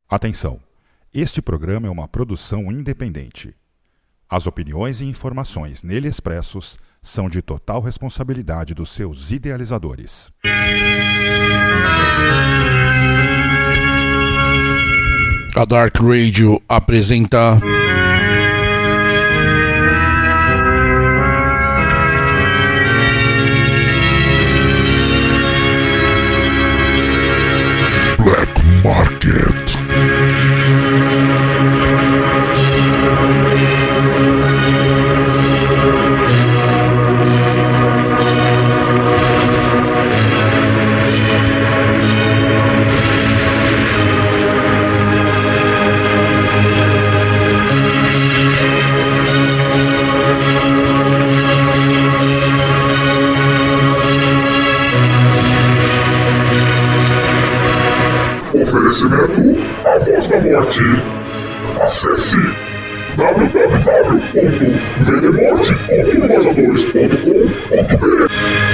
Atenção! Este programa é uma produção independente. As opiniões e informações nele expressos são de total responsabilidade dos seus idealizadores. A Dark Radio apresenta Black Market. Oferecimento A Voz da Morte. Acesse www.vdmorte.lojadores.com.br.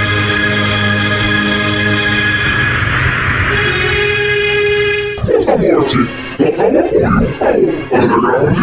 Voz da Morte, total apoio ao Underground.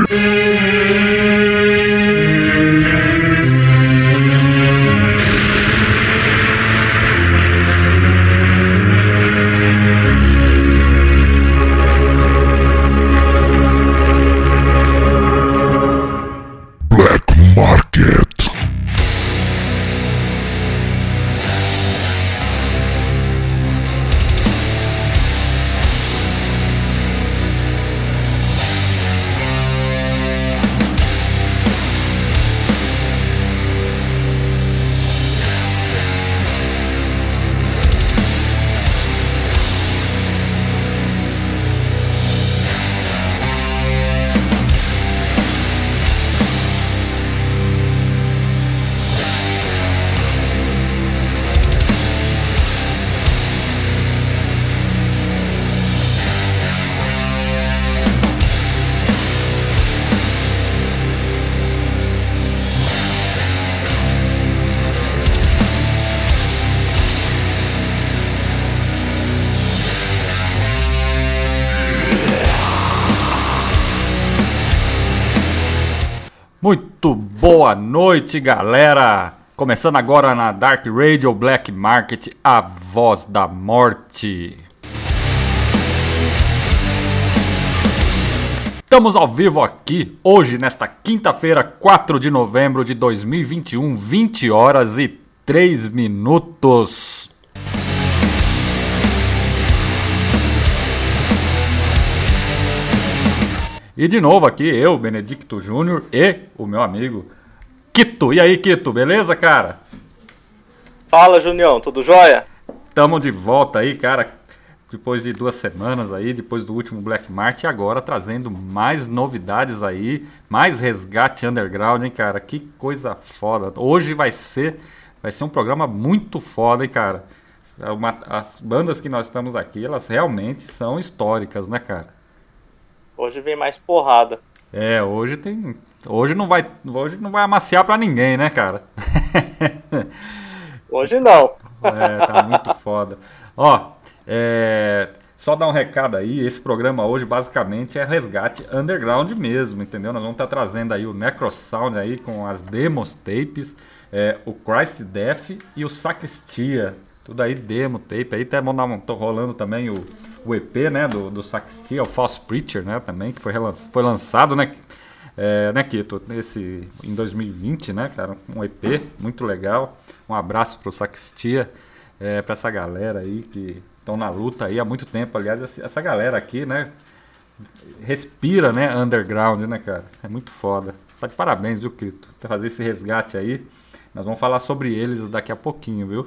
Muito boa noite, galera! Começando agora na Dark Radio Black Market, a voz da morte. Estamos ao vivo aqui, hoje, nesta quinta-feira, 4 de novembro de 2021, 20 horas e 3 minutos. E de novo aqui, eu, Benedicto Júnior, e o meu amigo Quito. E aí, Quito, beleza, cara? Fala, Junião, tudo jóia? Tamo de volta aí, cara, depois de 2 semanas aí, depois do último Black Market, e agora trazendo mais novidades aí, mais resgate underground, hein, cara? Que coisa foda. Hoje vai ser um programa muito foda, hein, cara? As bandas que nós estamos aqui, elas realmente são históricas, né, cara? Hoje vem mais porrada. Hoje não vai amaciar pra ninguém, né, cara? Hoje não. Tá muito foda. Ó, só dar um recado aí, esse programa hoje basicamente é resgate underground mesmo, entendeu? Nós vamos estar trazendo aí o Necrosound aí com as demos tapes, o Christ Death e o Sacristia. Tudo aí, demo, tape, aí até tô rolando também o EP, né, do Sacristia, o False Preacher, né, também, que foi lançado, né, Quito, em 2020, né, cara, um EP muito legal. Um abraço pro Sacristia, pra essa galera aí que estão na luta aí há muito tempo. Aliás, essa galera aqui, né, respira, né, underground, né, cara, é muito foda. Você tá de parabéns, viu, Quito, por fazer esse resgate aí. Nós vamos falar sobre eles daqui a pouquinho, viu?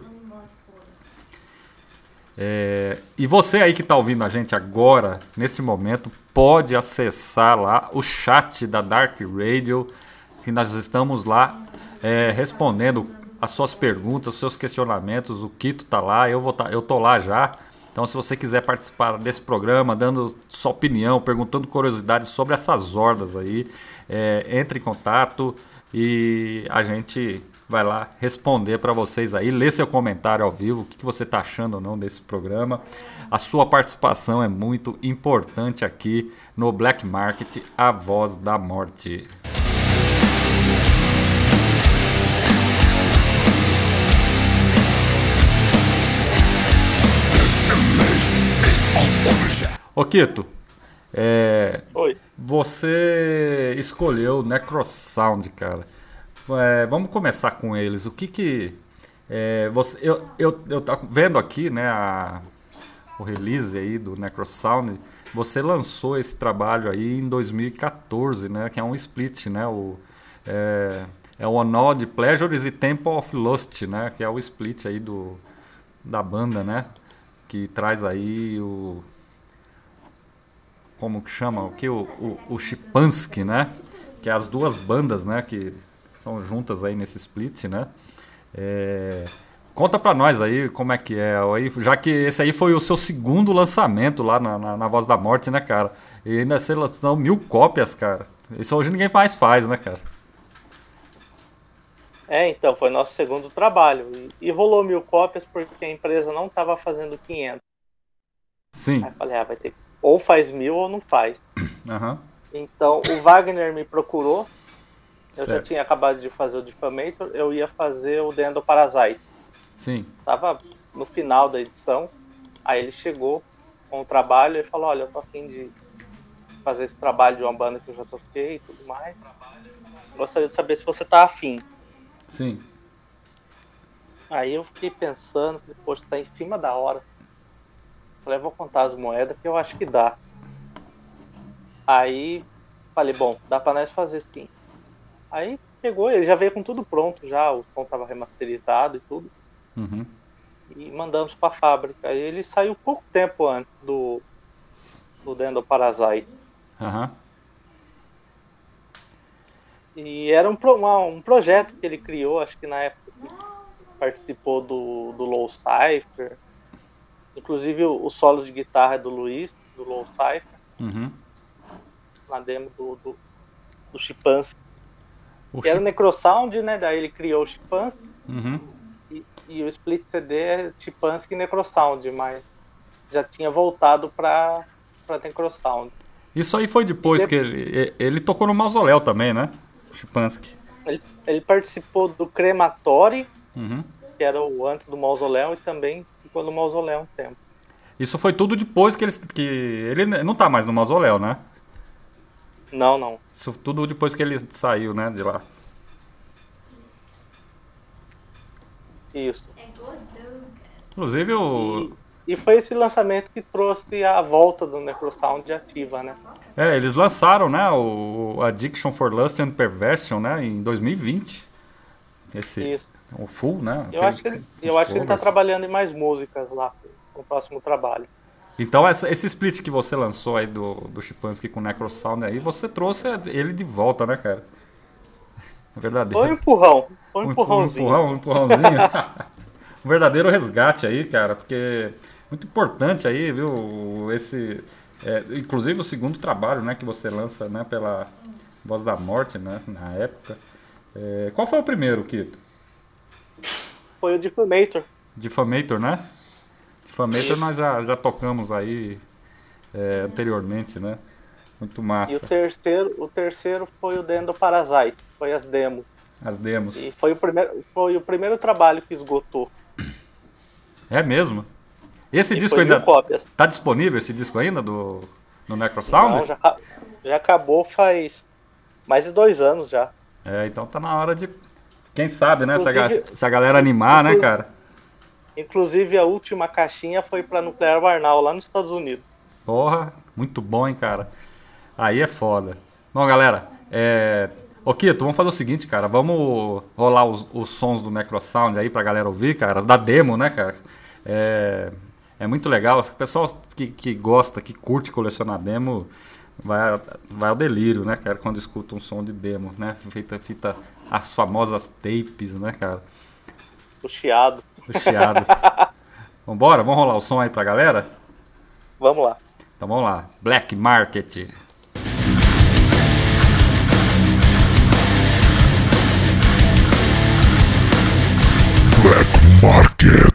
E você aí que está ouvindo a gente agora, nesse momento, pode acessar lá o chat da Dark Radio, que nós estamos lá respondendo as suas perguntas, os seus questionamentos. O Quito está lá, eu tô lá já. Então, se você quiser participar desse programa, dando sua opinião, perguntando curiosidades sobre essas hordas aí, entre em contato e a gente vai lá responder para vocês aí, ler seu comentário ao vivo, o que você está achando ou não desse programa. A sua participação é muito importante aqui no Black Market, a voz da morte. Ô Quito, Oi. você escolheu Necrosound, cara. Vamos começar com eles. O que você, eu tô vendo aqui, né, o release aí do Necrosound. Você lançou esse trabalho aí em 2014, né, que é um split, né, é o Unawed Pleasures e Temple of Lust, né, que é o split aí da banda, né, que traz aí como que chama? O Chipansky, né, que é as duas bandas, né, que são juntas aí nesse split, né? Conta pra nós aí como é que é, já que esse aí foi o seu segundo lançamento lá na Voz da Morte, né, cara? E ainda você lançou 1000 cópias, cara. Isso hoje ninguém mais faz, né, cara? Então, foi nosso segundo trabalho. E rolou 1000 cópias porque a empresa não estava fazendo 500. Sim. Aí eu falei, vai ter ou faz 1000 ou não faz. Uhum. Então, o Wagner me procurou. Eu Certo. já tinha acabado de fazer o Diffamator, eu ia fazer o The Endoparasite. Sim. Tava no final da edição, aí ele chegou com o trabalho e falou, olha, eu tô a fim de fazer esse trabalho de uma banda que eu já toquei e tudo mais. Gostaria de saber se você tá afim. Sim. Aí eu fiquei pensando, falei, poxa, tá em cima da hora. Falei, eu vou contar as moedas que eu acho que dá. Aí falei, bom, dá pra nós fazer sim. Aí pegou, ele já veio com tudo pronto já, o som tava remasterizado e tudo. Uhum. E mandamos pra fábrica. Aí ele saiu pouco tempo antes do The Endoparasite. Uhum. E era um projeto que ele criou, acho que na época que participou do Low Cypher. Inclusive os solos de guitarra é do Luiz, do Low Cypher. Uhum. Na demo do Chipansky. Que era o Necrosound, né? Daí ele criou o Chipansky. Uhum. E o Split CD é Chipansky e Necrosound, mas já tinha voltado pra Necrosound. Isso aí foi depois que ele tocou no Mausoléu também, né? O Chipansky. Ele participou do Crematório, Uhum. que era o antes do Mausoléu, e também ficou no Mausoléu um tempo. Isso foi tudo depois que ele não tá mais no Mausoléu, né? Não. Isso tudo depois que ele saiu, né, de lá. Isso. Inclusive E foi esse lançamento que trouxe a volta do Necrosound de ativa, né? eles lançaram, né, o Addiction for Lust and Perversion, né, em 2020. Isso. O full, né? Eu acho que ele tá trabalhando em mais músicas lá no próximo trabalho. Então esse split que você lançou aí do Chipansky com o Necrosound aí, você trouxe ele de volta, né, cara? É verdadeiro. Foi um empurrão. Foi um empurrãozinho. Um empurrãozinho. Um verdadeiro resgate aí, cara, porque muito importante aí, viu, inclusive o segundo trabalho, né, que você lança, né, pela Voz da Morte, né, na época. Qual foi o primeiro, Quito? Foi o Diffamator. Diffamator, né? Diffamator nós já tocamos aí anteriormente, né? Muito massa. E o terceiro foi o The Endoparasite, foi as demos. As demos. E foi o primeiro trabalho que esgotou. É mesmo? Esse E disco foi ainda 1000 cópias. tá disponível, esse disco ainda no Necrosound? Não, já acabou faz mais de 2 anos já. Então tá na hora de... Quem sabe, né? Se a galera animar, né, cara? Inclusive a última caixinha foi pra Nuclear Warnal, lá nos Estados Unidos. Porra, muito bom, hein, cara. Aí é foda. Bom, galera, Ô, Quito, vamos fazer o seguinte, cara. Vamos rolar os sons do Necrosound aí pra galera ouvir, cara. Da demo, né, cara? É muito legal. O pessoal que gosta, que curte colecionar demo, vai ao delírio, né, cara? Quando escuta um som de demo, né? Fita as famosas tapes, né, cara? O chiado. Vambora? Vamos rolar o som aí pra galera? Vamos lá. Então vamos lá. Black Market. Market.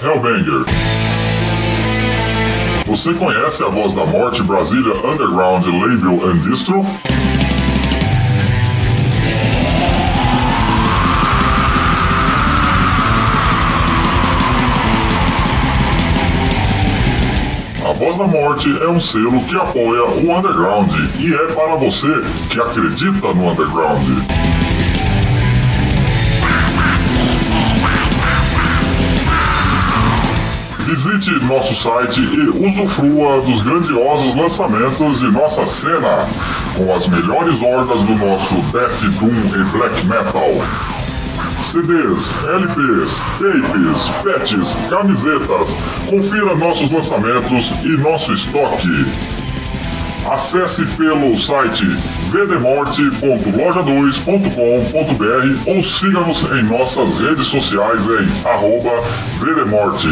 Hellbanger. Você conhece a Voz da Morte Brasília Underground Label and Distro? A Voz da Morte é um selo que apoia o underground e é para você que acredita no underground. Visite nosso site e usufrua dos grandiosos lançamentos de nossa cena, com as melhores hordas do nosso Death Doom e Black Metal. CDs, LPs, tapes, patches, camisetas, confira nossos lançamentos e nosso estoque. Acesse pelo site vdemorte.loja2.com.br ou siga-nos em nossas redes sociais em @vdemorte.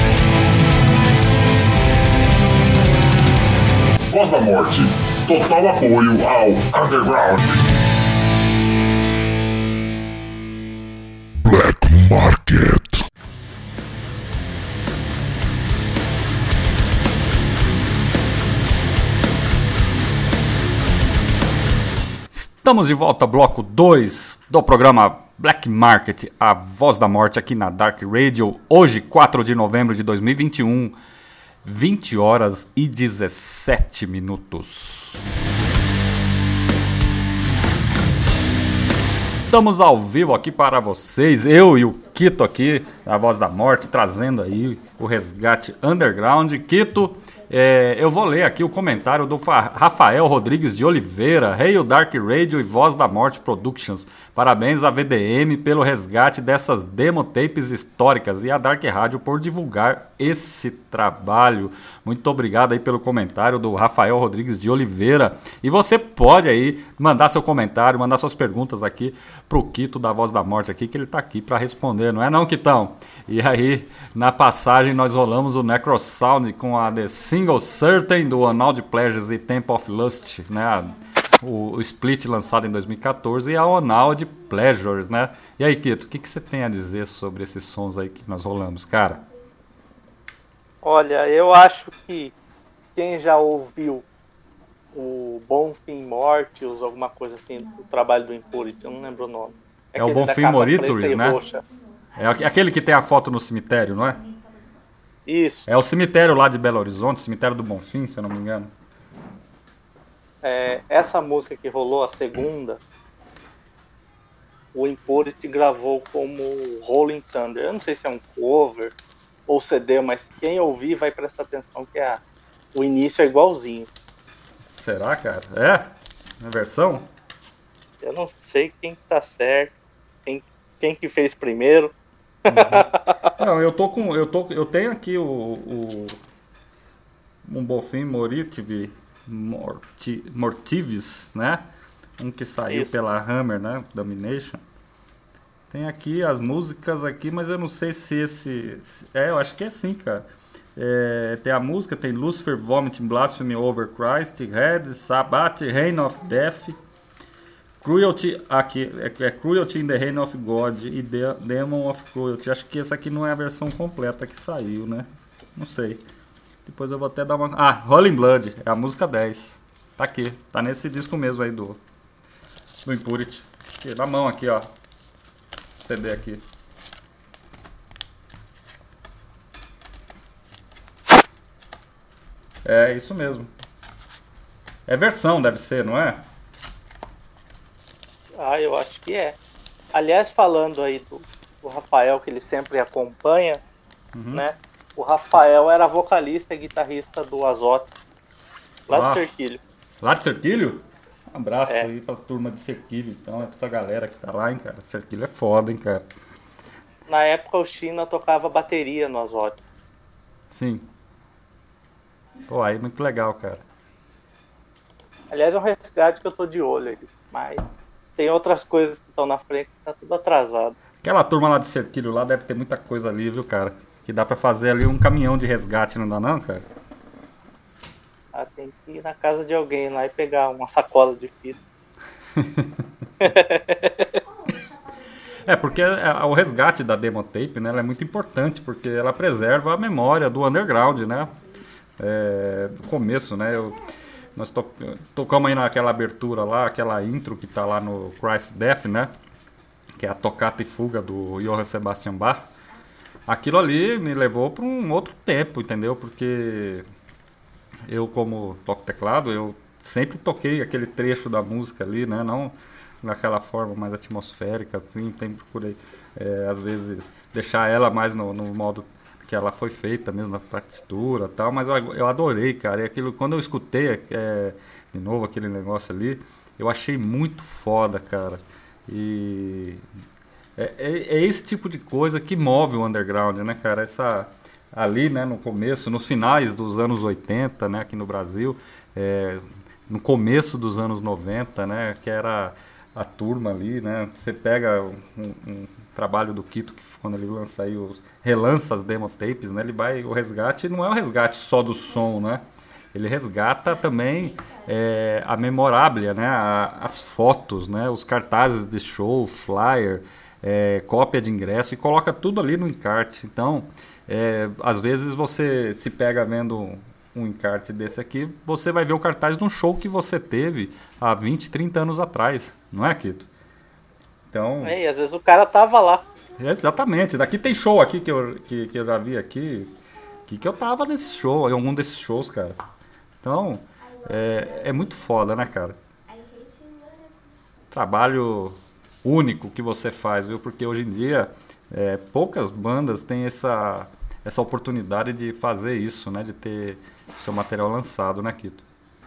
Voz da Morte, total apoio ao underground. Black Market. Estamos de volta, bloco 2 do programa Black Market, a Voz da Morte aqui na Dark Radio. Hoje, 4 de novembro de 2021, 20 horas e 17 minutos. Estamos ao vivo aqui para vocês, eu e o Quito aqui, a Voz da Morte, trazendo aí o resgate underground. Quito, eu vou ler aqui o comentário do Rafael Rodrigues de Oliveira. Hail Dark Radio e Voz da Morte Productions. Parabéns à VDM pelo resgate dessas demo tapes históricas e à Dark Radio por divulgar esse trabalho. Muito obrigado aí pelo comentário do Rafael Rodrigues de Oliveira. E você pode aí mandar seu comentário, mandar suas perguntas aqui pro Quito da Voz da Morte aqui, que ele tá aqui para responder, não é não, Quitão? E aí, na passagem, nós rolamos o Necrosound com a The Single Certain do Unnamed Pleasures e Temple of Lust, né? O split lançado em 2014 e a Unnamed Pleasures, né? E aí, Quito, o que você tem a dizer sobre esses sons aí que nós rolamos, cara? Olha, eu acho que quem já ouviu o Bonfim Mortius, alguma coisa assim, o trabalho do Impurity, eu não lembro o nome. É o Bonfim Mortuaries, né? Roxa. É aquele que tem a foto no cemitério, não é? Isso. É o cemitério lá de Belo Horizonte, cemitério do Bonfim, se eu não me engano. Essa música que rolou, a segunda, o Impurity gravou como Rolling Thunder. Eu não sei se é um cover ou CD, mas quem ouvir vai prestar atenção que o início é igualzinho. Será, cara? É? Na versão? Eu não sei quem tá certo, quem que fez primeiro. Não, eu tenho aqui um Bonfim Mortivis, né? Um que saiu Isso. pela Hammer, né? Domination. Tem aqui as músicas aqui, mas eu não sei se esse... eu acho que é sim, cara. Tem a música, tem Lucifer, Vomiting, Blasphemy Over Christ, Red, Sabbath, Reign of Death, Cruelty, aqui, Cruelty in the Reign of God e Demon of Cruelty. Acho que essa aqui não é a versão completa que saiu, né? Não sei. Depois eu vou até dar uma... Rolling Blood, é a música 10. Tá aqui, tá nesse disco mesmo aí do Impurity. Aqui, na mão aqui, ó. CD aqui. É isso mesmo. É versão, deve ser, não é? Eu acho que é. Aliás, falando aí do Rafael, que ele sempre acompanha, né? O Rafael era vocalista e guitarrista do Azote, lá de Serquilho. Lá de Serquilho? Um abraço aí pra turma de Serquilho, então, pra essa galera que tá lá, hein, cara. Serquilho é foda, hein, cara. Na época o China tocava bateria no Azote. Sim. Pô, aí muito legal, cara. Aliás, é um resgate que eu tô de olho aí, mas tem outras coisas que estão na frente que tá tudo atrasado. Aquela turma lá de Serquilho lá deve ter muita coisa ali, viu, cara? Que dá pra fazer ali um caminhão de resgate, não dá não, cara? Tem que ir na casa de alguém lá e pegar uma sacola de fita. Porque o resgate da demo tape, né, ela é muito importante, porque ela preserva a memória do underground, né? Do começo, né? Nós tocamos aí naquela abertura lá, aquela intro que tá lá no Christ Death, né? Que é a tocata e fuga do Johann Sebastian Bach. Aquilo ali me levou para um outro tempo, entendeu? Porque eu, como toco teclado, eu sempre toquei aquele trecho da música ali, né? Não naquela forma mais atmosférica, assim, sempre procurei, às vezes, deixar ela mais no modo que ela foi feita mesmo, na partitura e tal, mas eu adorei, cara, e aquilo, quando eu escutei de novo aquele negócio ali, eu achei muito foda, cara, e é esse tipo de coisa que move o underground, né, cara, ali, né, no começo, nos finais dos anos 80, né, aqui no Brasil, no começo dos anos 90, né, que era a turma ali, né, você pega um trabalho do Kito, que quando ele lança aí relança as demo tapes, né, o resgate não é o resgate só do som, né, ele resgata também a memoráblia, né, as fotos, né, os cartazes de show, flyer, cópia de ingresso, e coloca tudo ali no encarte. Então, às vezes você se pega vendo um encarte desse aqui, você vai ver o cartaz de um show que você teve há 20, 30 anos atrás, não é, Kito? Então, e às vezes o cara tava lá. Exatamente, daqui tem show aqui que eu já vi aqui, que eu tava nesse show, em algum desses shows, cara. Então, é muito foda, né, cara? Trabalho único que você faz, viu? Porque hoje em dia poucas bandas têm essa oportunidade de fazer isso, né? De ter seu material lançado, né, Kito?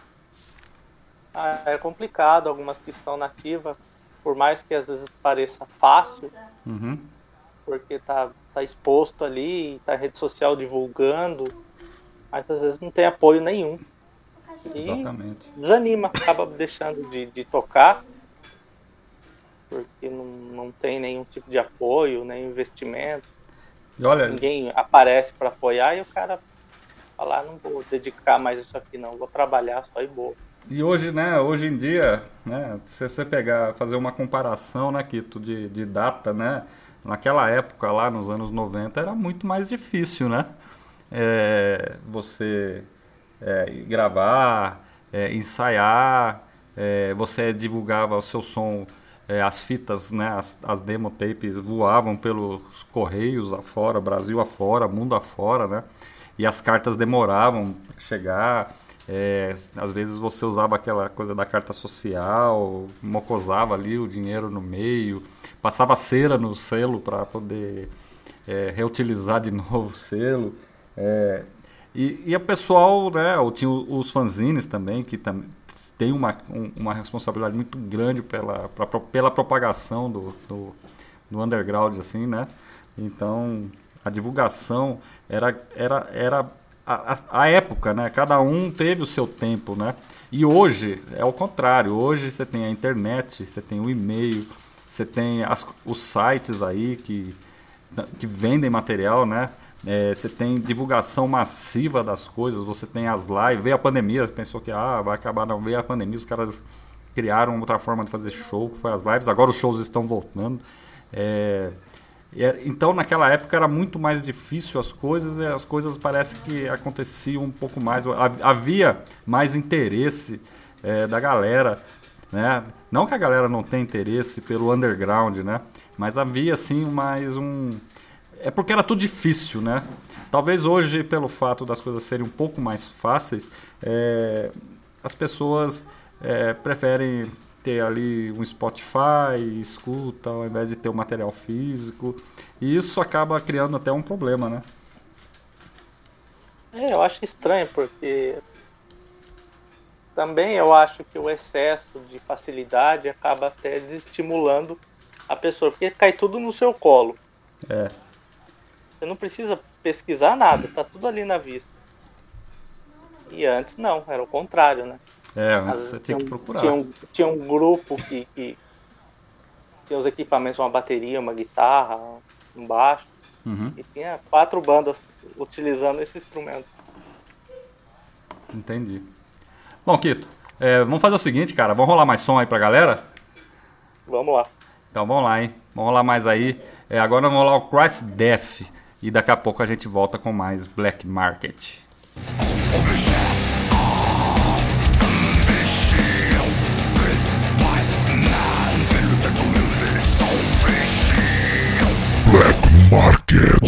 É complicado, algumas que estão nativa, por mais que às vezes pareça fácil, porque tá exposto ali, tá em rede social divulgando, mas às vezes não tem apoio nenhum. E exatamente. Desanima, acaba deixando de tocar, porque não tem nenhum tipo de apoio, nem investimento. E olha, ninguém aparece para apoiar e o cara fala, não vou dedicar mais isso aqui não, vou trabalhar só e boa. E hoje, né, hoje em dia, né, se você fazer uma comparação, né, Kito, de data, né, naquela época lá nos anos 90 era muito mais difícil, né, você gravar, ensaiar, você divulgava o seu som, as fitas, né, as demo tapes voavam pelos correios afora, Brasil afora, mundo afora, né, e as cartas demoravam para chegar. Às vezes você usava aquela coisa da carta social, mocosava ali o dinheiro no meio, passava cera no selo para poder reutilizar de novo o selo. E o pessoal, né, tinha os fanzines também, que tem uma responsabilidade muito grande pela propagação do underground, assim, né? Então, a divulgação era a época, né? Cada um teve o seu tempo, né? E hoje é o contrário. Hoje você tem a internet, você tem o e-mail, você tem os sites aí que vendem material, né? Você tem divulgação massiva das coisas, você tem as lives. Veio a pandemia, você pensou que vai acabar, não veio a pandemia, os caras criaram outra forma de fazer show, que foi as lives. Agora os shows estão voltando. Então naquela época era muito mais difícil as coisas, e as coisas parece que aconteciam um pouco mais, havia mais interesse da galera, né? Não que a galera não tenha interesse pelo underground, né? Mas havia assim mais porque era tudo difícil, né? Talvez hoje, pelo fato das coisas serem um pouco mais fáceis, as pessoas preferem ter ali um Spotify, escuta, ao invés de ter um material físico. E isso acaba criando até um problema, né? Eu acho estranho, porque também eu acho que o excesso de facilidade acaba até desestimulando a pessoa, porque cai tudo no seu colo. Você não precisa pesquisar nada, tá tudo ali na vista. E antes não, era o contrário, né? Antes você tinha que procurar. Tinha um grupo que tinha os equipamentos, uma bateria, uma guitarra, um baixo, e tinha 4 bandas utilizando esse instrumento. Entendi. Bom, Kito, vamos fazer o seguinte, cara, vamos rolar mais som aí pra galera? Vamos lá. Então vamos lá, hein? Vamos rolar mais aí. Agora vamos rolar o Christ Death. E daqui a pouco a gente volta com mais Black Market. Black Market.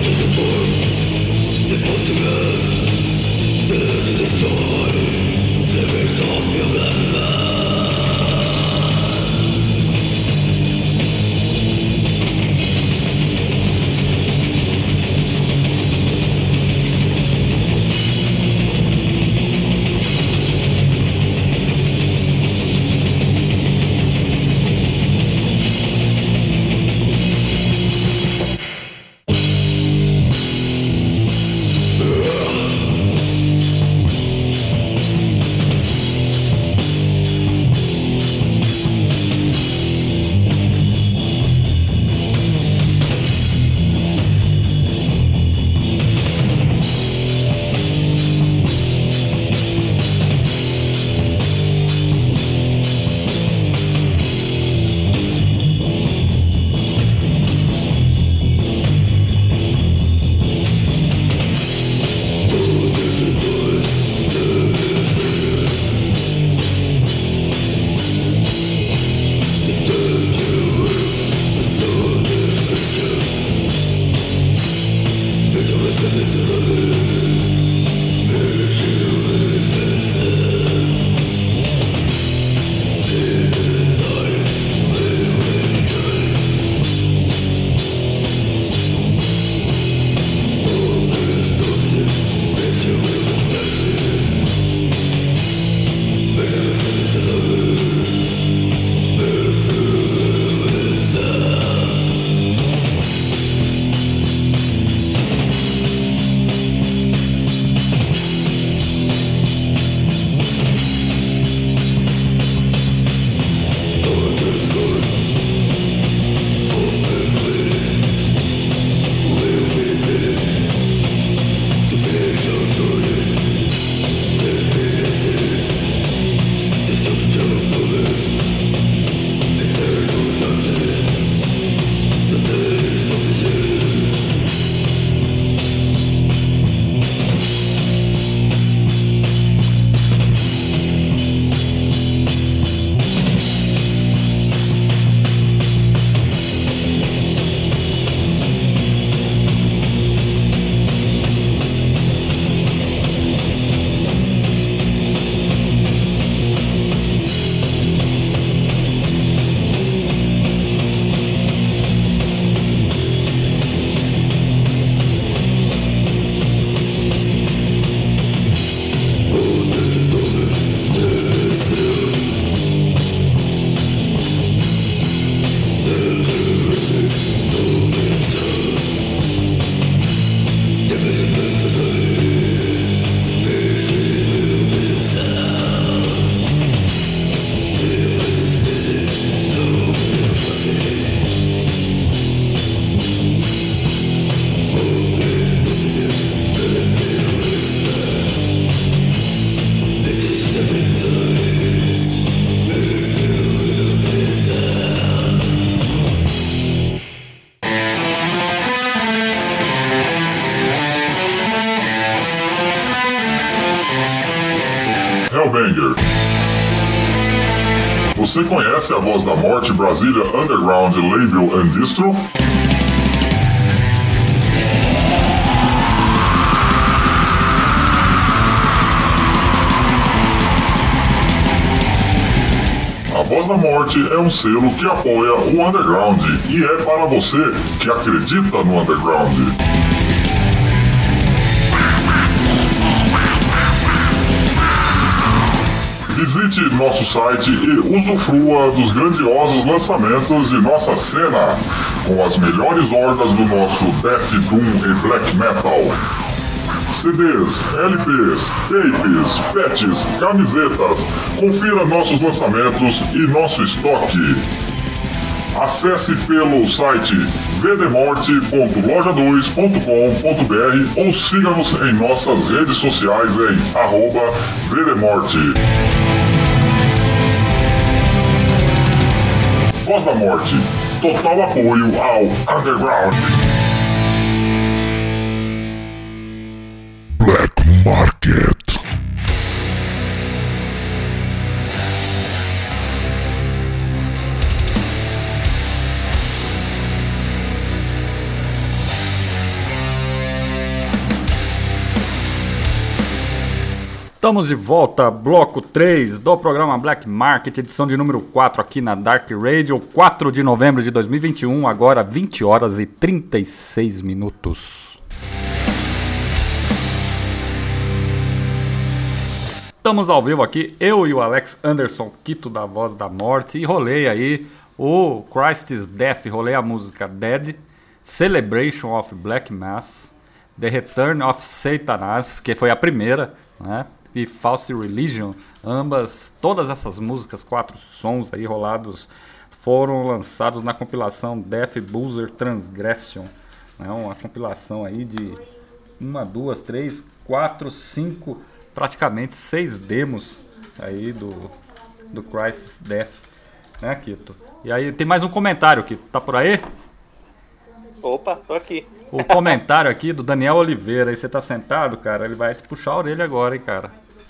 Hellbanger. Você conhece a Voz da Morte Brasília Underground Label and Distro? A Voz da Morte é um selo que apoia o underground e é para você que acredita no underground. Visite nosso site e usufrua dos grandiosos lançamentos de nossa cena, com as melhores hordas do nosso Death Doom e Black Metal. CDs, LPs, tapes, patches, camisetas, confira nossos lançamentos e nosso estoque. Acesse pelo site vdemorte.loja2.com.br ou siga-nos em nossas redes sociais em @vdemorte. Voz da Morte, total apoio ao Underground. Black Market. Estamos de volta, bloco 3 do programa Black Market, edição de número 4 aqui na Dark Radio, 4 de novembro de 2021, agora 20 horas e 36 minutos. Estamos ao vivo aqui, eu e o Alex Anderson Quito da Voz da Morte, e rolei aí o Christ's Death, rolei a música Dead, Celebration of Black Mass, The Return of Satanas, que foi a primeira, né? E False Religion, todas essas músicas, 4 sons aí rolados, foram lançados na compilação Death Boozer Transgression, né? Uma compilação aí de 1, 2, 3, 4, 5, praticamente 6 demos aí do Christ's Death, né, Quito? E aí tem mais um comentário, Quito, tá por aí? Opa, tô aqui. O comentário aqui do Daniel Oliveira, aí você tá sentado, cara, ele vai te puxar a orelha agora, hein, cara.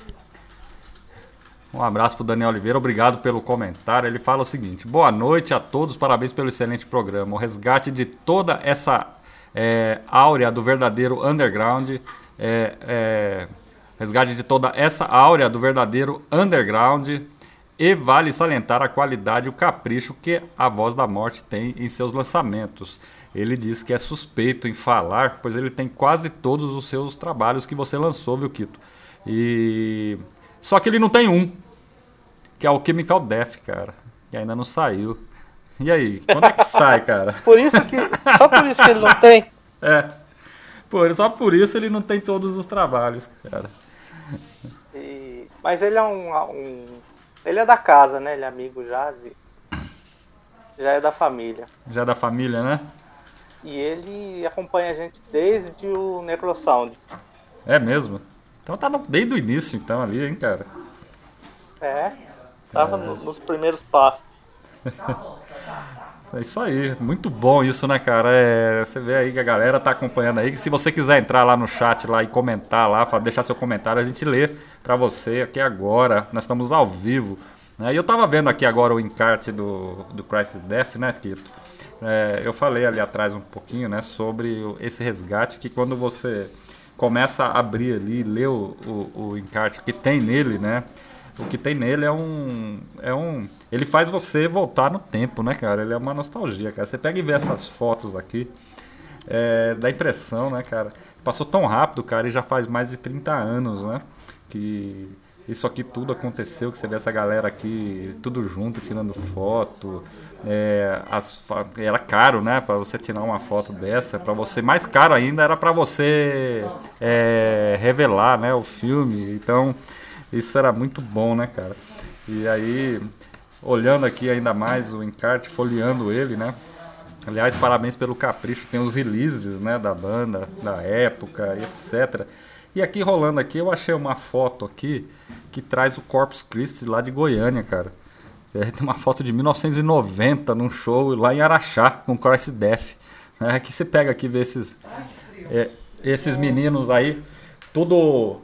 Um abraço pro Daniel Oliveira, obrigado pelo comentário. Ele fala o seguinte: boa noite a todos, parabéns pelo excelente programa. O resgate de toda essa áurea do verdadeiro underground, resgate de toda essa áurea do verdadeiro underground, e vale salientar a qualidade e o capricho que a Voz da Morte tem em seus lançamentos. Ele diz que é suspeito em falar, pois ele tem quase todos os seus trabalhos que você lançou, viu, Quito? Só que ele não tem um, que é o Chemical Death, cara, que ainda não saiu. E aí, quando é que sai, cara? Só por isso que ele não tem? Só por isso ele não tem todos os trabalhos, cara. Mas ele é ele é da casa, né? Ele é amigo já é da família. Já é da família, né? E ele acompanha a gente desde o Necrosound. É mesmo? Então tá desde o início, então, ali, hein, cara? Tava nos primeiros passos. É isso aí, muito bom isso, né, cara? Você vê aí que a galera tá acompanhando aí, que se você quiser entrar lá no chat lá e comentar lá, deixar seu comentário, a gente lê pra você aqui agora. Nós estamos ao vivo, né? E eu tava vendo aqui agora o encarte do Christ's Death, né, Quito? Eu falei ali atrás um pouquinho, né, sobre esse resgate, que quando você começa a abrir ali, ler o encarte que tem nele, né? O que tem nele ele faz você voltar no tempo, né, cara? Ele é uma nostalgia, cara. Você pega e vê essas fotos aqui, dá impressão, né, cara? Passou tão rápido, cara, e já faz mais de 30 anos, né? Que isso aqui tudo aconteceu, que você vê essa galera aqui, tudo junto, tirando foto. Era caro, né, para você tirar uma foto dessa. Para você, mais caro ainda era para você revelar, né, o filme. Então isso era muito bom, né, cara? E aí, olhando aqui ainda mais o encarte, folheando ele, né? Aliás, parabéns pelo capricho, tem os releases, né, da banda, da época, etc. E aqui, rolando aqui, eu achei uma foto aqui que traz o Corpus Christi lá de Goiânia, cara. Tem uma foto de 1990 num show lá em Araxá, com Christ's Death. Aqui você pega aqui e vê esses meninos aí, tudo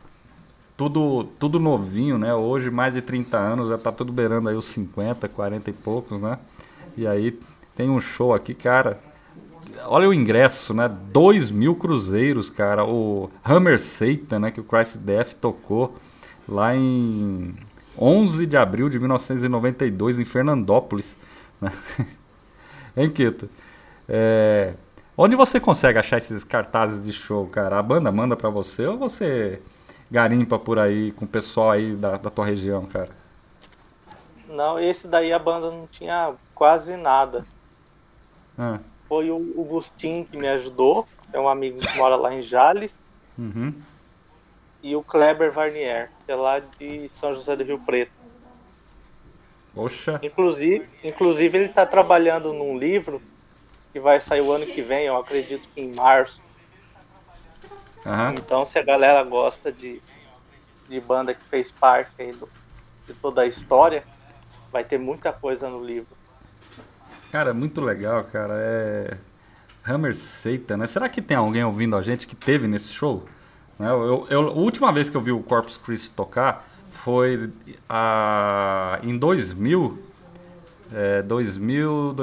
novinho, né? Hoje, mais de 30 anos, já tá tudo beirando aí os 50, 40 e poucos, né? E aí tem um show aqui, cara. Olha o ingresso, né? 2.000 cruzeiros, cara. O Hammer Satan, né? Que o Christ's Death tocou lá em 11 de abril de 1992, em Fernandópolis. Né? Hein, Quito? Onde você consegue achar esses cartazes de show, cara? A banda manda pra você ou você garimpa por aí com o pessoal aí da tua região, cara? Não, esse daí a banda não tinha quase nada. Foi o Gustin que me ajudou, é um amigo que mora lá em Jales. Uhum. E o Kleber Varnier, que é lá de São José do Rio Preto. Poxa. Inclusive ele está trabalhando num livro que vai sair o ano que vem, eu acredito que em março. Uhum. Então, se a galera gosta de banda que fez parte aí de toda a história, vai ter muita coisa no livro. Cara, muito legal, cara. Hammer Satan, né? Será que tem alguém ouvindo a gente que teve nesse show? A última vez que eu vi o Corpus Christi tocar foi em 2000.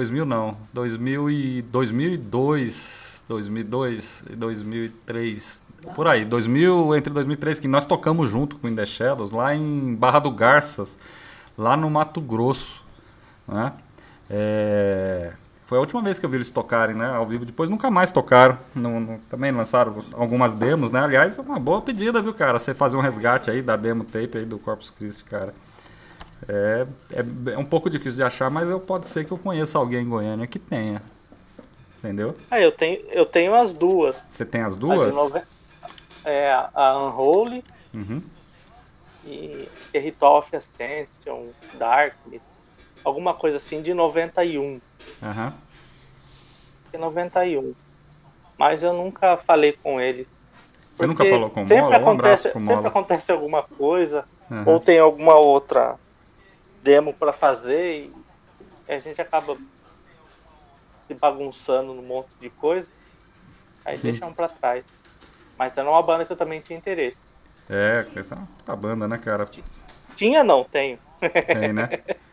2002, 2002, 2002, 2003, Por aí, entre 2003, que nós tocamos junto com o In The Shadows, lá em Barra do Garças, lá no Mato Grosso, né? Foi a última vez que eu vi eles tocarem, né, ao vivo. Depois nunca mais tocaram. Também lançaram algumas demos, né? Aliás, é uma boa pedida, viu, cara? Você fazer um resgate aí da demo tape aí do Corpus Christi, cara. É um pouco difícil de achar, mas pode ser que eu conheça alguém em Goiânia que tenha. Entendeu? Eu tenho as duas. Você tem as duas? A Unholy Uhum. e Ritual of Ascension, Dark, alguma coisa assim de 91. Aham. De 91. Mas eu nunca falei com ele. Você nunca falou com o sempre Mola? Um abraço pro Sempre Mola. acontece alguma coisa, Uhum. ou tem alguma outra demo pra fazer e a gente acaba se bagunçando num monte de coisa, aí Sim. deixam pra trás. Mas era uma banda que eu também tinha interesse. Essa é uma puta banda, né, cara? Tinha não, tenho. Tem, né?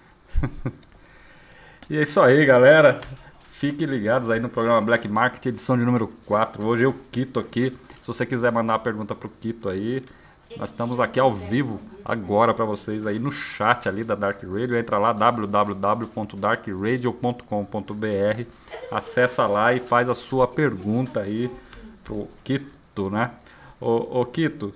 E é isso aí, galera. Fiquem ligados aí no programa Black Market, edição de número 4. Hoje eu, Quito, aqui. Se você quiser mandar uma pergunta pro Quito aí, nós estamos aqui ao vivo agora para vocês aí no chat ali da Dark Radio. Entra lá, www.darkradio.com.br. Acessa lá e faz a sua pergunta aí pro Quito, né? Ô Quito,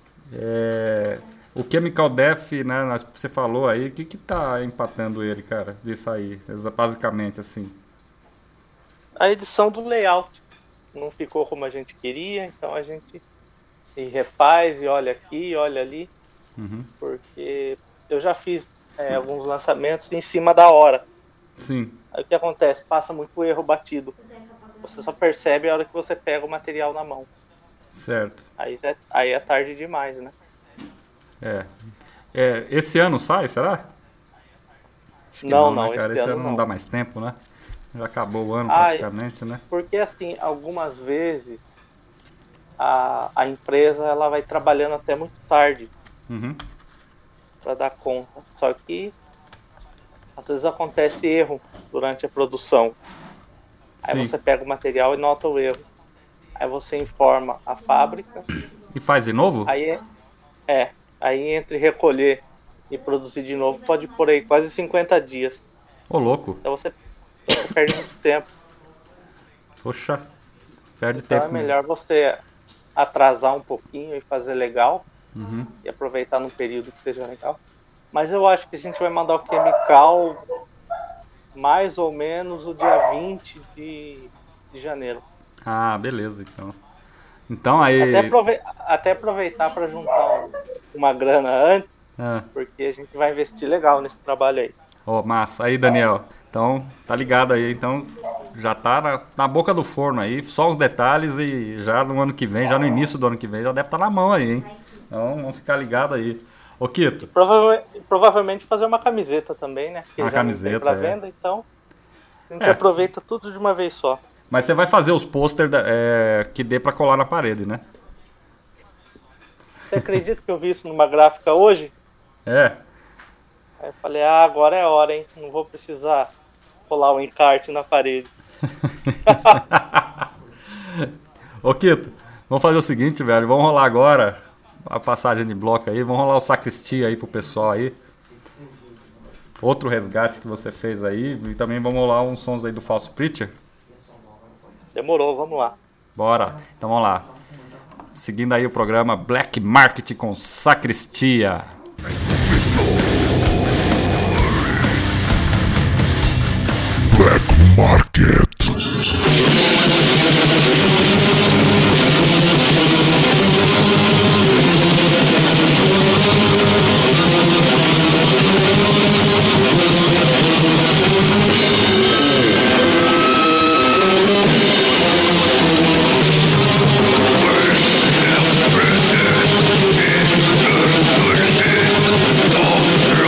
o Chemical Death, né, você falou aí, o que tá empatando ele, cara, disso aí, basicamente assim? A edição do layout não ficou como a gente queria, então a gente refaz e olha aqui, olha ali, Uhum. porque eu já fiz alguns lançamentos em cima da hora. Sim. Aí o que acontece? Passa muito erro batido. Você só percebe a hora que você pega o material na mão. Certo. Aí é tarde demais, né? Esse ano sai, será? Acho que Não, né, cara? esse ano não não. dá mais tempo, né? Já acabou o ano Ah, praticamente, né? Porque assim, algumas vezes a empresa ela vai trabalhando até muito tarde Uhum. para dar conta. Só que às vezes acontece erro durante a produção. Aí Sim. você pega o material e nota o erro. Aí você informa a fábrica. E faz de novo? Aí entre recolher e produzir de novo pode por aí quase 50 dias. Ô, louco. Então você perde muito tempo. Poxa, perde Então tempo é melhor você atrasar um pouquinho e fazer legal. Uhum. E aproveitar num período que seja legal. Mas eu acho que a gente vai mandar o Chemical mais ou menos o dia 20 de janeiro. Ah, beleza, então. Então aí... Até aproveitar para juntar uma grana antes, porque a gente vai investir legal nesse trabalho aí. Ó, massa. Aí, Daniel. Então, tá ligado aí. Então, já tá na boca do forno aí. Só os detalhes e já no ano que vem, já no início do ano que vem, já deve estar na mão aí, hein? Então, vamos ficar ligado aí. Ô, Quito. Provavelmente fazer uma camiseta também, né? Porque Uma já não tem camiseta, pra venda, então a gente aproveita tudo de uma vez só. Mas você vai fazer os pôster que dê pra colar na parede, né? Você acredita que eu vi isso numa gráfica hoje? É. Aí eu falei, agora é a hora, hein? Não vou precisar colar o encarte na parede. Ô, Quito, vamos fazer o seguinte, velho. Vamos rolar agora a passagem de bloco aí. Vamos rolar o Sacristia aí pro pessoal aí. Outro resgate que você fez aí. E também vamos rolar uns sons aí do False Preacher. Demorou, vamos lá. Bora. Então vamos lá. Seguindo aí o programa Black Market com Sacristia. Black Market. Black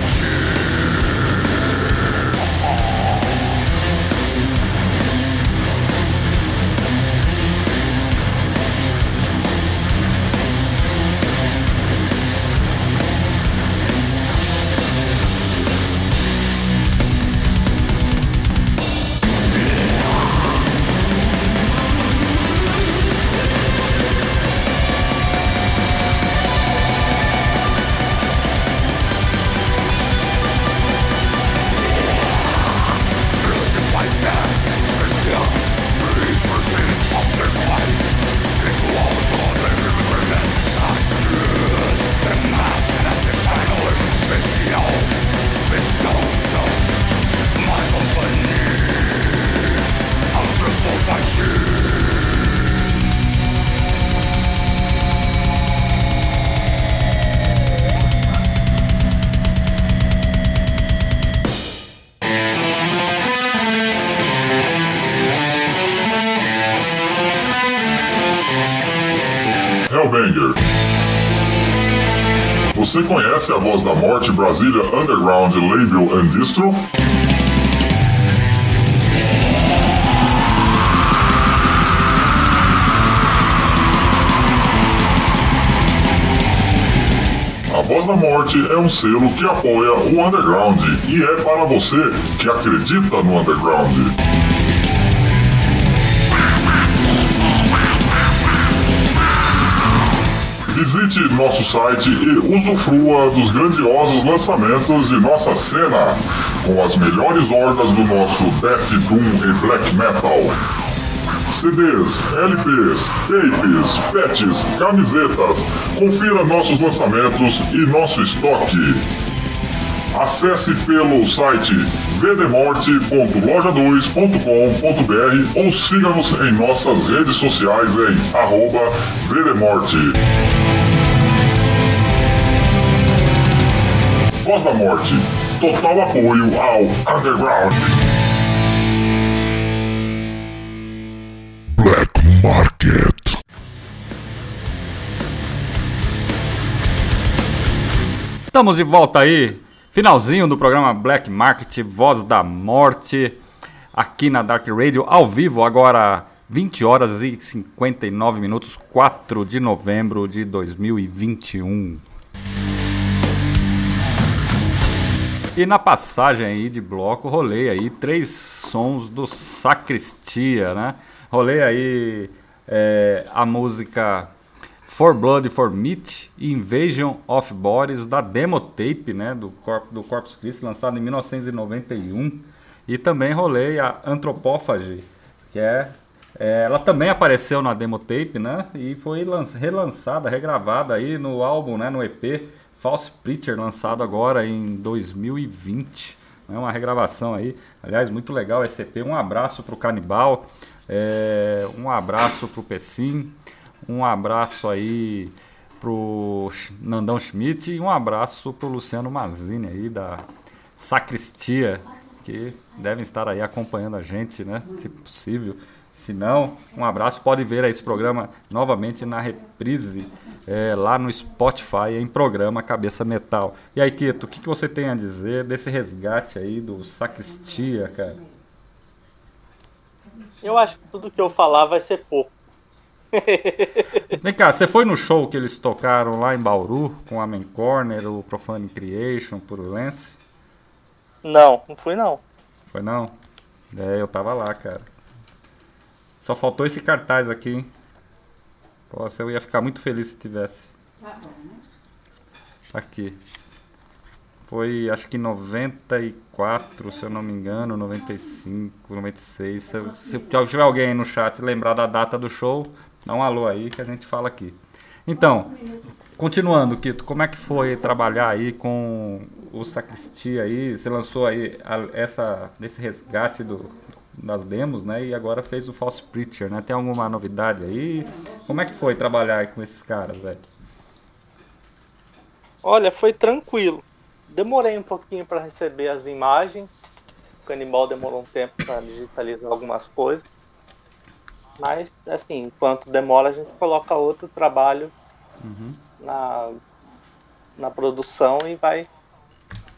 Hellbanger. Você conhece a Voz da Morte Brasília Underground Label and Distro? A Voz da Morte é um selo que apoia o underground e é para você que acredita no underground. Visite nosso site e usufrua dos grandiosos lançamentos de nossa cena, com as melhores hordas do nosso Death Doom e Black Metal. CDs, LPs, tapes, patches, camisetas, confira nossos lançamentos e nosso estoque. Acesse pelo site vdmorte.loja2.com.br ou siga-nos em nossas redes sociais em @vdmorte. Voz da Morte, total apoio ao underground. Black Market. Estamos de volta aí, finalzinho do programa Black Market, Voz da Morte, aqui na Dark Radio, ao vivo, agora 20 horas e 59 minutos, 4 de novembro de 2021. E na passagem aí de bloco, rolei aí 3 sons do Sacristia, né? Rolei aí a música For Blood for Meat e Invasion of Bodies da Demo Tape, né? Do Corpus Christi, lançado em 1991. E também rolei a Anthropophagy, que ela também apareceu na Demo Tape, né? E foi relançada, regravada aí no álbum, né? No EP False Preacher, lançado agora em 2020. É uma regravação aí. Aliás, muito legal esse EP. Um abraço pro Canibal, um abraço pro Pessim, um abraço aí pro Nandão Schmidt e um abraço pro Luciano Mazzini aí da Sacristia, que devem estar aí acompanhando a gente, né? Se possível. Se não, um abraço. Pode ver aí esse programa novamente na reprise lá no Spotify, em programa Cabeça Metal. E aí, Kito, o que você tem a dizer desse resgate aí do Sacristia, cara? Eu acho que tudo que eu falar vai ser pouco. Vem cá, você foi no show que eles tocaram lá em Bauru, com a Main Corner, o Profane Creation, Purulence? Não fui não. Foi não? Eu tava lá, cara. Só faltou esse cartaz aqui, hein? Nossa, eu ia ficar muito feliz se tivesse. Aqui. Foi, acho que 94, se eu não me engano, 95, 96. Se tiver alguém aí no chat lembrar da data do show, dá um alô aí que a gente fala aqui. Então, continuando, Kito, como é que foi trabalhar aí com o Sacristia aí? Você lançou aí esse resgate das demos, né? E agora fez o False Preacher, né? Tem alguma novidade aí? Como é que foi trabalhar aí com esses caras, velho? Olha, foi tranquilo. Demorei um pouquinho para receber as imagens. O Canibal demorou um tempo para digitalizar algumas coisas. Mas, assim, enquanto demora, a gente coloca outro trabalho na produção e vai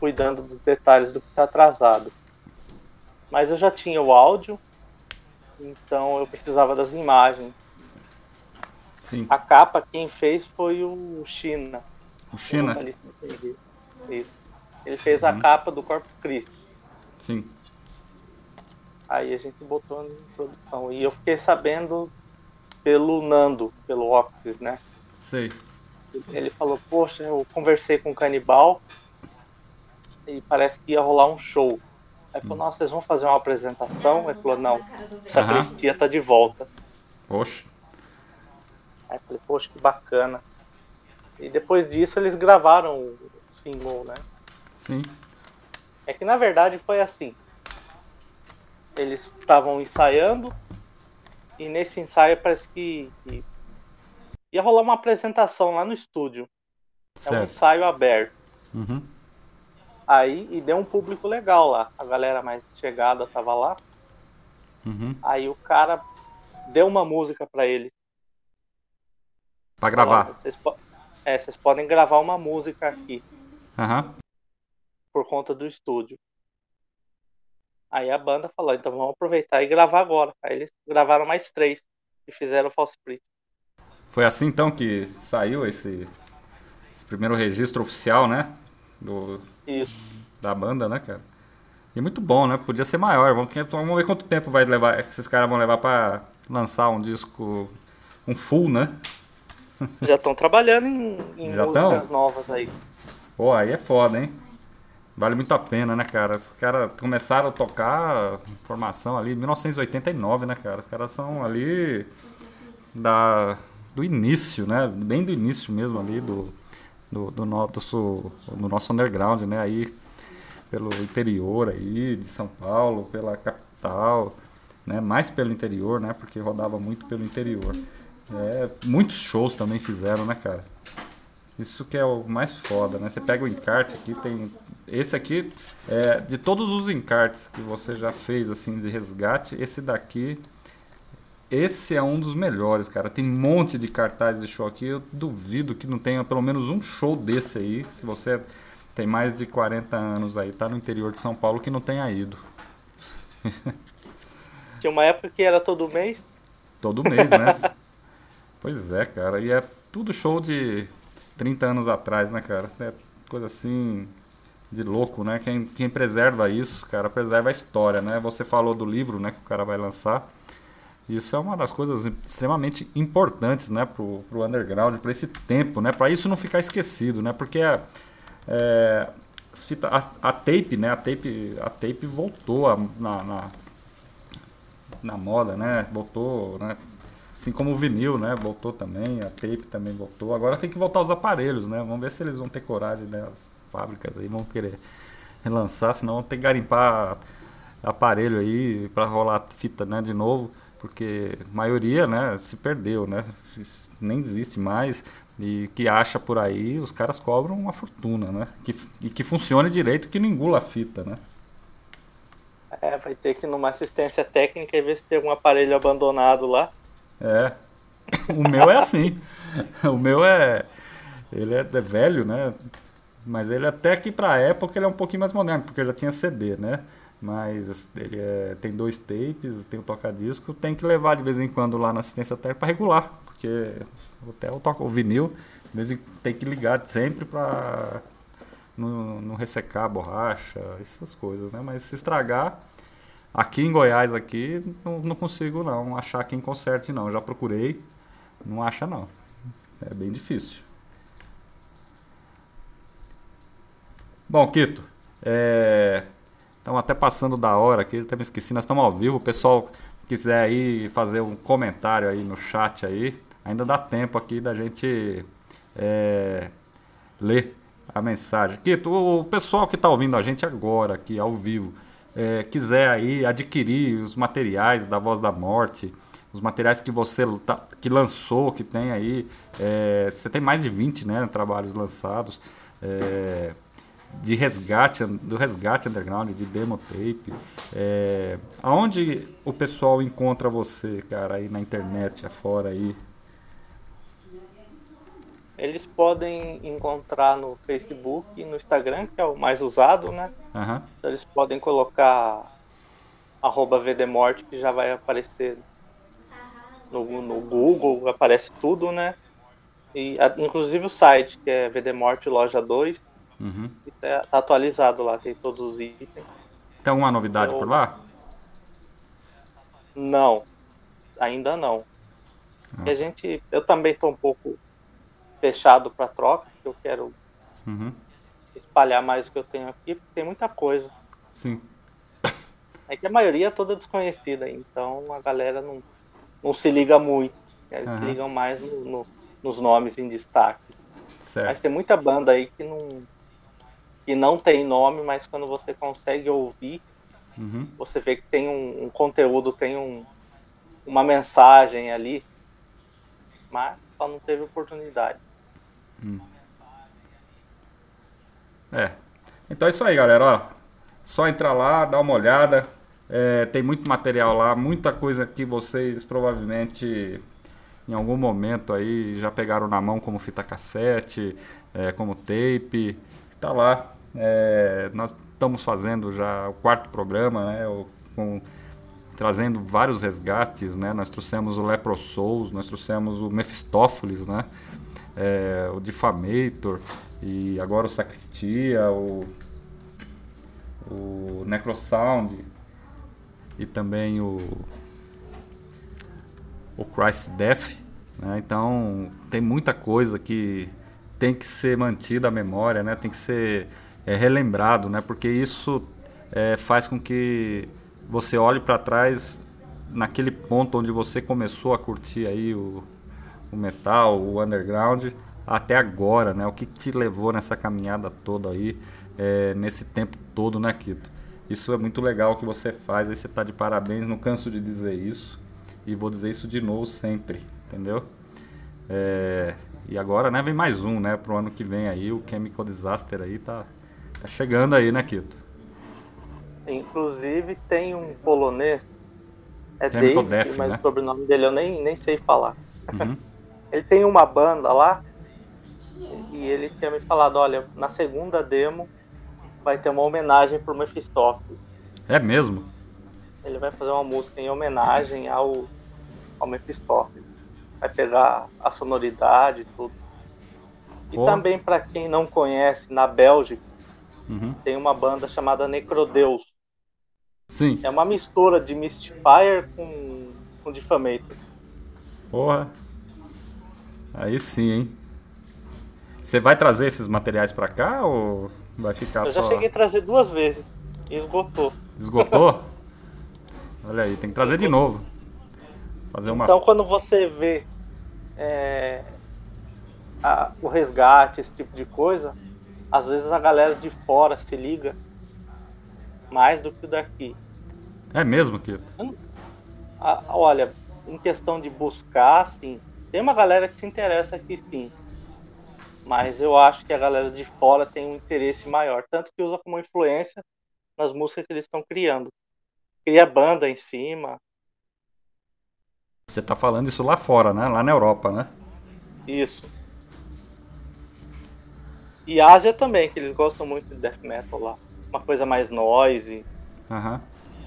cuidando dos detalhes do que está atrasado. Mas eu já tinha o áudio, então eu precisava das imagens. Sim. A capa quem fez foi o China. O China? Isso. Ele fez a capa do Corpus Christi. Sim. Aí a gente botou em produção. E eu fiquei sabendo pelo Nando, pelo Oxys, né? Sei. Ele falou, poxa, eu conversei com o Canibal e parece que ia rolar um show. Aí falou, nossa, vocês vão fazer uma apresentação? Ele falou, não, Sacristia tá de volta. Poxa. Aí eu falei, poxa, que bacana. E depois disso eles gravaram o single, né? Sim. É que na verdade foi assim. Eles estavam ensaiando e nesse ensaio parece que ia rolar uma apresentação lá no estúdio. Certo. É um ensaio aberto. Uhum. Aí, e deu um público legal lá. A galera mais chegada tava lá. Uhum. Aí o cara deu uma música pra ele. Pra gravar. Falou, vocês podem gravar uma música aqui. Aham. Por conta do estúdio. Aí a banda falou, então vamos aproveitar e gravar agora. Aí eles gravaram mais 3 e fizeram o False Priest. Foi assim então que saiu esse primeiro registro oficial, né? Isso. Da banda, né, cara? E muito bom, né? Podia ser maior. Vamos ver quanto tempo vai levar. Esses caras vão levar pra lançar um disco, um full, né? Já estão trabalhando em Já músicas novas aí. Pô, aí é foda, hein? Vale muito a pena, né, cara? Os caras começaram a tocar formação ali em 1989, né, cara? Os caras são ali do início, né? Bem do início mesmo ali do nosso underground, né? Aí pelo interior aí de São Paulo, pela capital, né? Mais pelo interior, né? Porque rodava muito pelo interior. Muitos shows também fizeram, né, cara? Isso que é o mais foda, né? Você pega o encarte aqui, tem... Esse aqui, de todos os encartes que você já fez, assim, de resgate, esse é um dos melhores, cara. Tem um monte de cartazes de show aqui. Eu duvido que não tenha pelo menos um show desse aí. Se você tem mais de 40 anos aí, tá no interior de São Paulo, que não tenha ido. Tinha uma época que era todo mês. Todo mês, né? Pois é, cara. E é tudo show de 30 anos atrás, né, cara? É coisa assim de louco, né? Quem preserva isso, cara, preserva a história, né? Você falou do livro, né, que o cara vai lançar. Isso é uma das coisas extremamente importantes, né, pro underground, para esse tempo, né? Para isso não ficar esquecido, né? Porque a tape, né? A tape voltou na moda, né? Voltou, né? Assim como o vinil, né? Voltou também, a tape também voltou. Agora tem que voltar os aparelhos, né? Vamos ver se eles vão ter coragem, né? As fábricas aí vão querer relançar, senão vão ter que garimpar aparelho aí para rolar fita, né? De novo, porque a maioria, né? Se perdeu, né? Nem existe mais. E que acha por aí, os caras cobram uma fortuna, né? E que funcione direito, que não engula a fita, né? Vai ter que ir numa assistência técnica e ver se tem algum aparelho abandonado lá. O meu é assim. O meu ele é velho, né? Mas ele até que pra época ele é um pouquinho mais moderno, porque já tinha CD, né? Mas ele tem 2 tapes, tem o toca-disco, tem que levar de vez em quando lá na assistência técnica pra regular, porque até o vinil, de vez em quando tem que ligar sempre pra não ressecar a borracha, essas coisas, né? Mas se estragar, aqui em Goiás, não consigo não achar quem conserte não. Já procurei, não acha não. É bem difícil. Bom, Quito, estamos até passando da hora aqui, até me esqueci, nós estamos ao vivo. O pessoal quiser aí fazer um comentário aí no chat aí, ainda dá tempo aqui da gente ler a mensagem. Quito, o pessoal que está ouvindo a gente agora aqui ao vivo, quiser aí adquirir os materiais da Voz da Morte, os materiais que você que lançou, que tem aí, você tem mais de 20, né, trabalhos lançados, do resgate underground, de demo tape, aonde o pessoal encontra você, cara, aí na internet afora aí? Eles podem encontrar no Facebook e no Instagram, que é o mais usado, né? Aham. Então eles podem colocar @vdemorte, que já vai aparecer no Google, aparece tudo, né? E inclusive o site, que é VDMorte Loja 2, Uhum. tá atualizado lá, tem todos os itens. Tem alguma novidade por lá? Não, ainda não. E eu também estou um pouco fechado para troca, porque eu quero Uhum. espalhar mais o que eu tenho aqui, porque tem muita coisa. Sim. É que a maioria é toda desconhecida, então a galera não se liga muito. Eles se ligam mais nos nomes em destaque. Certo. Mas tem muita banda aí que não tem nome, mas quando você consegue ouvir, você vê que tem um conteúdo, tem uma mensagem ali, mas só não teve oportunidade. Então é isso aí, galera. Ó, só entrar lá, dar uma olhada. Tem muito material lá, muita coisa que vocês provavelmente em algum momento aí já pegaram na mão, como fita cassete, como tape. Tá lá. Nós estamos fazendo já o 4º programa, né? Trazendo vários resgates, né? Nós trouxemos o Lepro Souls, nós trouxemos o Mephistófeles, né? O Diffamator, e agora o Sacristia, o Necrosound, e também o Christ Death, né? Então tem muita coisa que tem que ser mantida a memória, né? Tem que ser relembrado, né? Porque isso faz com que você olhe para trás naquele ponto onde você começou a curtir aí o metal, o underground, até agora, né? O que te levou nessa caminhada toda aí, nesse tempo todo, né, Kito? Isso é muito legal que você faz, aí você tá de parabéns, não canso de dizer isso, e vou dizer isso de novo sempre, entendeu? E agora, né, vem mais um, né, pro ano que vem aí, o Chemical Disaster aí tá chegando aí, né, Kito? Inclusive tem um polonês, Chemical Dave, Death, mas né? o sobrenome dele eu nem sei falar. Uhum. Ele tem uma banda lá, e ele tinha me falado, olha, na segunda demo vai ter uma homenagem pro Mephistófeles. É mesmo? Ele vai fazer uma música em homenagem ao Mephistófeles. Vai pegar a sonoridade e tudo. E também, para quem não conhece, na Bélgica, tem uma banda chamada Necrodeus. Sim. É uma mistura de Mystifier com Diffamator. Porra. Aí sim, hein? Você vai trazer esses materiais pra cá ou vai ficar só... Eu já cheguei a trazer 2 vezes e esgotou. Esgotou? Olha aí, tem que trazer de novo. Fazer umas... Então, quando você vê o resgate, esse tipo de coisa, às vezes a galera de fora se liga mais do que o daqui. É mesmo, Kito? Olha, em questão de buscar, sim. Tem uma galera que se interessa aqui, sim. Mas eu acho que a galera de fora tem um interesse maior. Tanto que usa como influência nas músicas que eles estão criando. Cria banda em cima. Você tá falando isso lá fora, né? Lá na Europa, né? Isso. E Ásia também, que eles gostam muito de death metal lá. Uma coisa mais noise. Aham.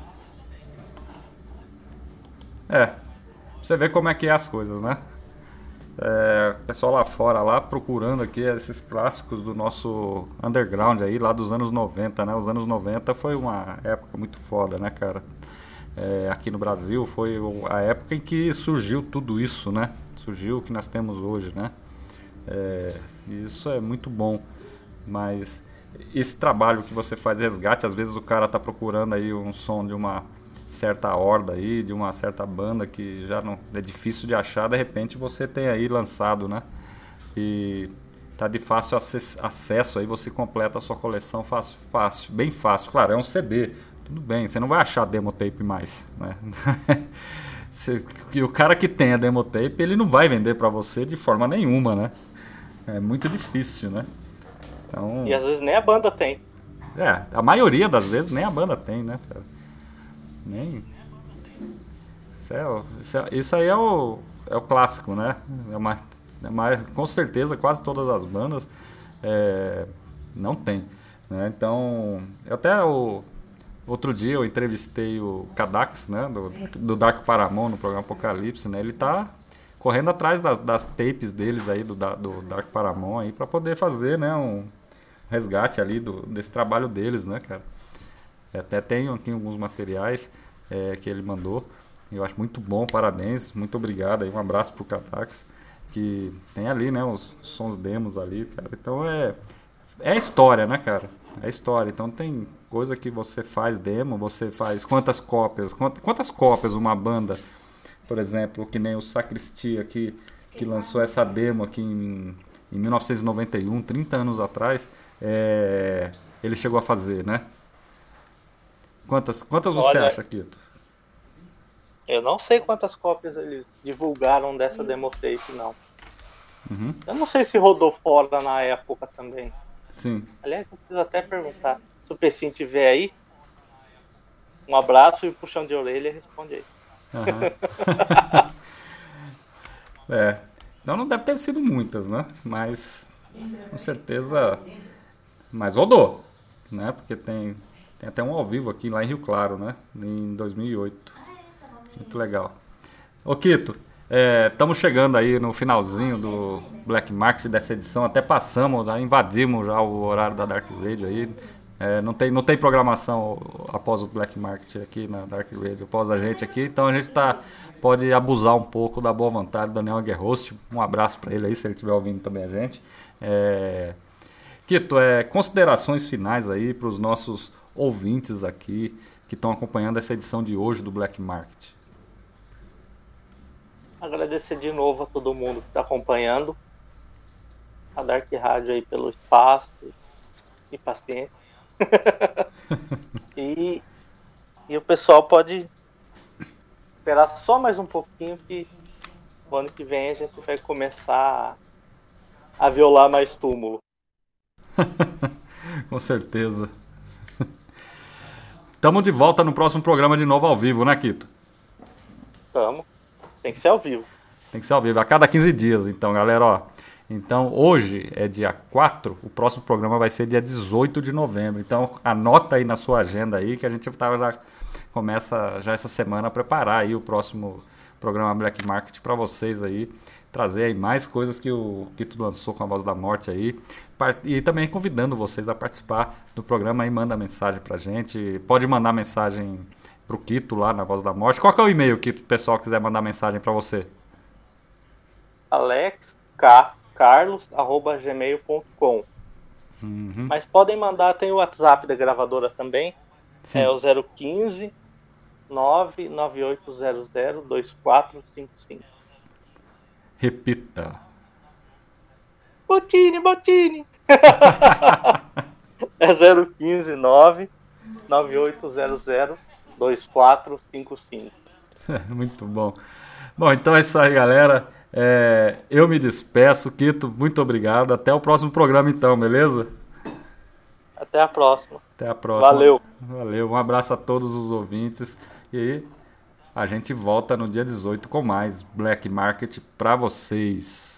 Você vê como é que é as coisas, né? O pessoal lá fora, lá procurando aqui esses clássicos do nosso underground aí, lá dos anos 90, né? Os anos 90 foi uma época muito foda, né, cara? Aqui no Brasil foi a época em que surgiu tudo isso, né? Surgiu o que nós temos hoje, né? Isso é muito bom, mas esse trabalho que você faz, resgate, às vezes o cara tá procurando aí um som de uma certa horda aí, de uma certa banda que já não é difícil de achar, de repente você tem aí lançado, né? E tá de fácil acesso, aí você completa a sua coleção fácil, bem fácil. Claro, é um CD, tudo bem, você não vai achar demo tape mais, né? E o cara que tem a demo tape, ele não vai vender para você de forma nenhuma, né? É muito difícil, né? Então... E às vezes nem a banda tem. A maioria das vezes nem a banda tem, né, cara? Nem... Isso aí é o clássico, né? né? Mas com certeza quase todas as bandas não tem, né? Então, outro dia eu entrevistei o Kadax, né, do Dark Paramount no programa Apocalipse, né? Ele tá correndo atrás das tapes deles aí do Dark Paramount aí para poder fazer, né, um resgate ali desse trabalho deles, né, cara? Até tenho aqui alguns materiais que ele mandou. Eu acho muito bom, parabéns, muito obrigado aí, um abraço pro Kadax, que tem ali, né, os sons demos ali, cara. Então é história, né, cara? É história. Então tem coisa que você faz demo, você faz quantas cópias uma banda, por exemplo, que nem o Sacristia que lançou essa demo aqui em 1991, 30 anos atrás, ele chegou a fazer, né? Quantas você acha, Kito? Eu não sei quantas cópias eles divulgaram dessa demo tape, não. Uhum. Eu não sei se rodou fora na época também. Sim. Aliás, eu preciso até perguntar. Se o Pecinho tiver aí, um abraço e puxão de orelha, responde aí. Uhum. Não deve ter sido muitas, né? Mas com certeza. Mas rodou, né? Porque tem até um ao vivo aqui lá em Rio Claro, né? Em 2008. Muito legal. Ô Kito, estamos chegando aí no finalzinho do Black Market dessa edição. Até passamos, já invadimos já o horário da Dark Radio aí. Não tem programação após o Black Market aqui na Dark Radio, após a gente aqui. Então a gente pode abusar um pouco da boa vontade do Daniel Aguerhost. Um abraço para ele aí, se ele estiver ouvindo também a gente. Kito, considerações finais aí para os nossos ouvintes aqui que estão acompanhando essa edição de hoje do Black Market. Agradecer de novo a todo mundo que está acompanhando a Dark Radio aí pelo espaço e paciência. e o pessoal pode esperar só mais um pouquinho, que o ano que vem a gente vai começar a violar mais túmulo. Com certeza. Tamo de volta no próximo programa de novo ao vivo, né, Kito? Tamo. Tem que ser ao vivo. Tem que ser ao vivo, a cada 15 dias, então, galera, ó. Então, hoje é dia 4, o próximo programa vai ser dia 18 de novembro. Então, anota aí na sua agenda aí, que a gente já começa já essa semana a preparar aí o próximo programa Black Market para vocês aí, trazer aí mais coisas que o Kito lançou com a Voz da Morte aí, e também convidando vocês a participar do programa aí, manda mensagem pra gente, pode mandar mensagem pro Kito lá na Voz da Morte. Qual que é o e-mail que o pessoal quiser mandar mensagem para você? alexkcarlos@gmail.com. Mas podem mandar, tem o WhatsApp da gravadora também. Sim. É o 015 99800 2455. Repita. Botini. É 015 99800 2455. Muito bom. Bom, então é isso aí, galera. Eu me despeço. Kito, muito obrigado. Até o próximo programa, então, beleza? Até a próxima. Até a próxima. Valeu. Um abraço a todos os ouvintes. E a gente volta no dia 18 com mais Black Market para vocês.